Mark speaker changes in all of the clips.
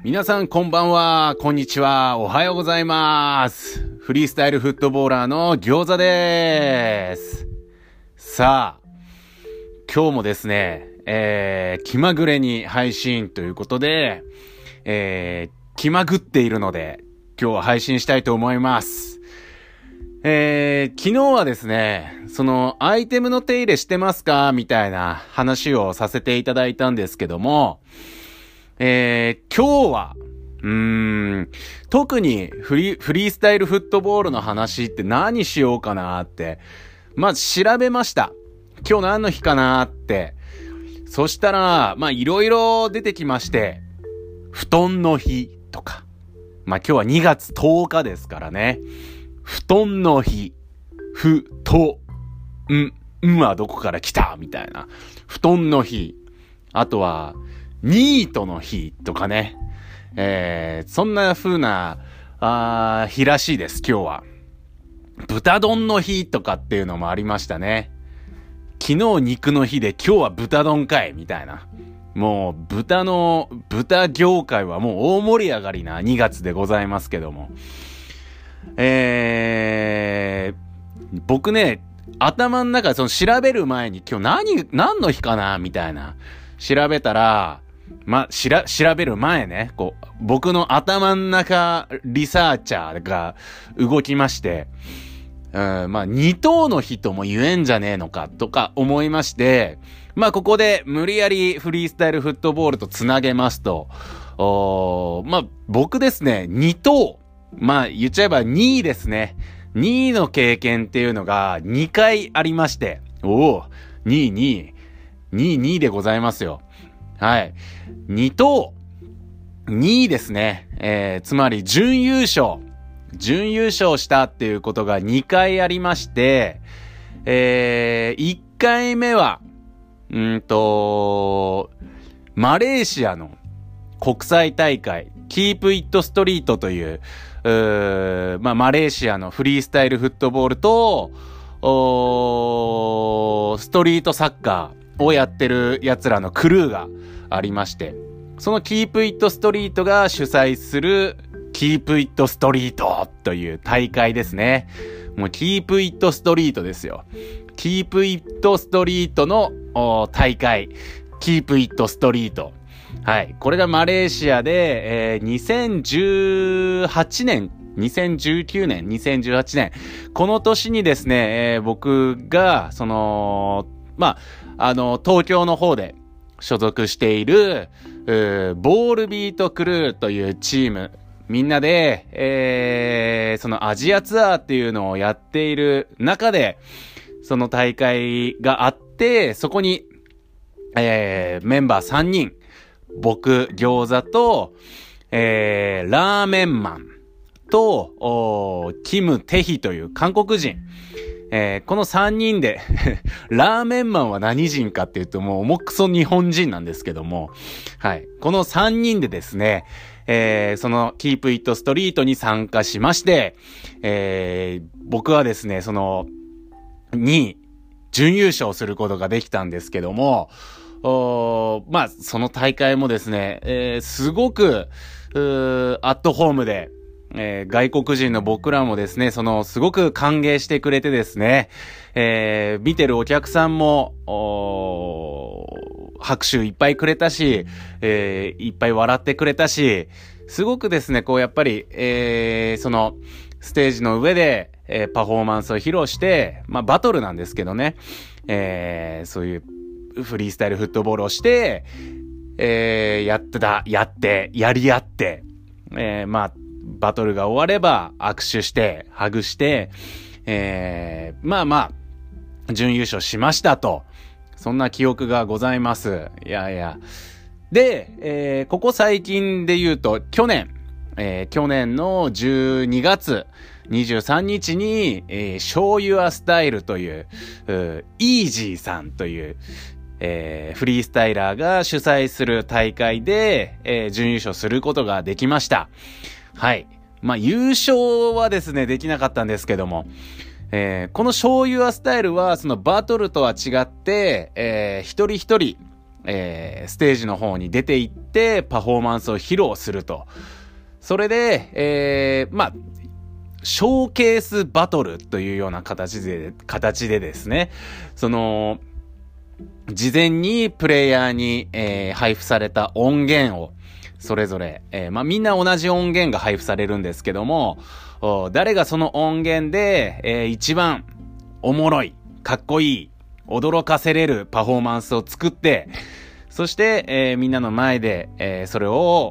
Speaker 1: 皆さんこんばんは、こんにちは、おはようございます。フリースタイルフットボーラーの餃子です。さあ、今日もですね、気まぐれに配信ということで、気まぐっているので、今日は配信したいと思います。昨日はですね、そのアイテムの手入れしてますかみたいな話をさせていただいたんですけども、今日は、特にフリースタイルフットボールの話って何しようかなって、まず調べました。今日何の日かなって。そしたら、いろいろ出てきまして、布団の日とか。今日は2月10日ですからね。布団の日。はどこから来たみたいな。布団の日。あとは、ニートの日とかね。そんな風な、日らしいです、今日は。豚丼の日とかっていうのもありましたね。昨日肉の日で今日は豚丼かいみたいな。もう豚業界はもう大盛り上がりな2月でございますけども。僕ね、頭の中でその調べる前に今日何の日かなみたいな。調べたら、調べる前ね、僕の頭の中リサーチャーが動きまして、二頭の日とも言えんじゃねえのかとか思いまして、ここで無理やりフリースタイルフットボールとつなげますと、僕ですね、二頭、言っちゃえば2位ですね。2位の経験っていうのが2回ありまして、2位でございますよ。はい。2等、2位ですね。つまり準優勝したっていうことが2回ありまして、1回目は、マレーシアの国際大会、キープイットストリートという、マレーシアのフリースタイルフットボールと、ストリートサッカーをやってる奴らのクルーがありまして、そのキープイットストリートが主催するキープイットストリートという大会ですね。もうキープイットストリートですよ。キープイットストリートの大会、キープイットストリート。はい。これがマレーシアで、2018年、2019年、2018年。この年にですね、僕が、東京の方で所属している、ボールビートクルーというチーム、みんなで、そのアジアツアーっていうのをやっている中で、その大会があって、そこに、メンバー3人、僕、餃子と、ラーメンマンと、キム・テヒという韓国人。この3人で、ラーメンマンは何人かっていうともう重くそ日本人なんですけども、はい。この3人でですね、そのキープイットストリートに参加しまして、僕はですね、その、準優勝することができたんですけども、その大会もですね、すごく、アットホームで、外国人の僕らもですね、すごく歓迎してくれてですね、見てるお客さんも、拍手いっぱいくれたし、いっぱい笑ってくれたし、すごくですね、やっぱり、その、ステージの上で、パフォーマンスを披露して、バトルなんですけどね、そういうフリースタイルフットボールをして、やり合って、バトルが終われば握手して、ハグして、準優勝しましたと。そんな記憶がございます。で、ここ最近で言うと、去年の12月23日に、Show Your Style という、イージーさんという、フリースタイラーが主催する大会で、準優勝することができました。はい。優勝はですね、できなかったんですけども、このShow Your Styleは、そのバトルとは違って、一人一人、 ステージの方に出て行ってパフォーマンスを披露すると。それで、ショーケースバトルというような形でですね、事前にプレイヤーに、配布された音源をそれぞれ、みんな同じ音源が配布されるんですけども、誰がその音源で、一番おもろい、かっこいい、驚かせれるパフォーマンスを作って、そして、みんなの前で、それを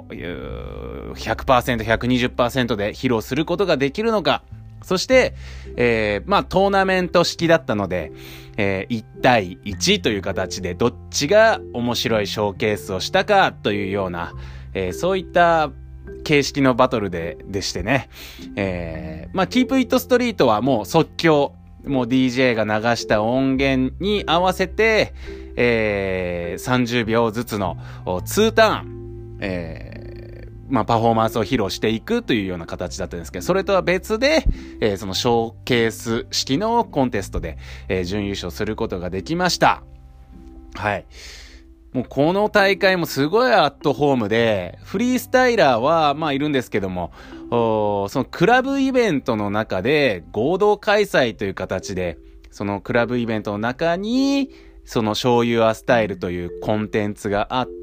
Speaker 1: 100%、120% で披露することができるのか。そして、トーナメント式だったので、1対1という形でどっちが面白いショーケースをしたかというような、そういった形式のバトルでしてね。Keep It Street はもう即興、もう DJ が流した音源に合わせて、30秒ずつの2ターン、パフォーマンスを披露していくというような形だったんですけど、それとは別で、そのショーケース式のコンテストで、準優勝することができました。はい。もうこの大会もすごいアットホームで、フリースタイラーはいるんですけども、そのクラブイベントの中で合同開催という形で、そのクラブイベントの中に、そのShow Your Styleというコンテンツがあって、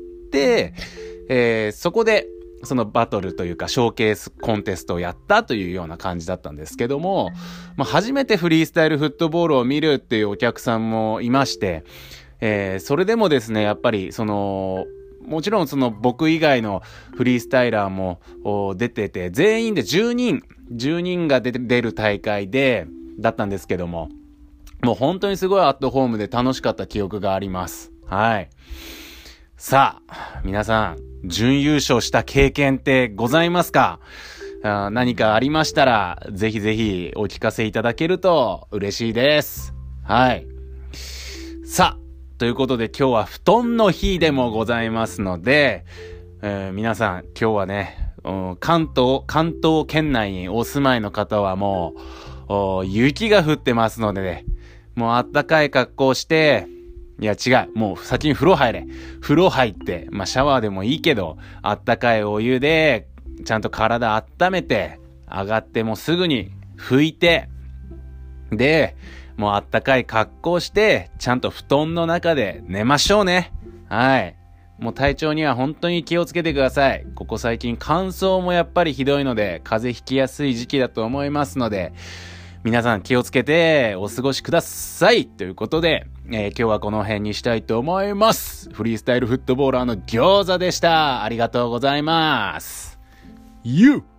Speaker 1: そこで、そのバトルというかショーケースコンテストをやったというような感じだったんですけども、初めてフリースタイルフットボールを見るっていうお客さんもいまして、それでもですね、やっぱりもちろん僕以外のフリースタイラーも出てて、全員で10人が出る大会だったんですけども、もう本当にすごいアットホームで楽しかった記憶があります。はい。さあ、皆さん、準優勝した経験ってございますか？何かありましたら、ぜひぜひお聞かせいただけると嬉しいです。はい。さあ、ということで今日は布団の日でもございますので、皆さん今日はね、関東圏内にお住まいの方はもう、雪が降ってますのでね、もうあったかい格好して、いや違う、もう先に風呂入れ。風呂入って、シャワーでもいいけど、あったかいお湯で、ちゃんと体温めて、上がってもうすぐに拭いて、で、もうあったかい格好して、ちゃんと布団の中で寝ましょうね。はい。もう体調には本当に気をつけてください。ここ最近乾燥もやっぱりひどいので、風邪ひきやすい時期だと思いますので、皆さん気をつけてお過ごしくださいということで、今日はこの辺にしたいと思います。フリースタイルフットボーラーの餃子でした。ありがとうございます。You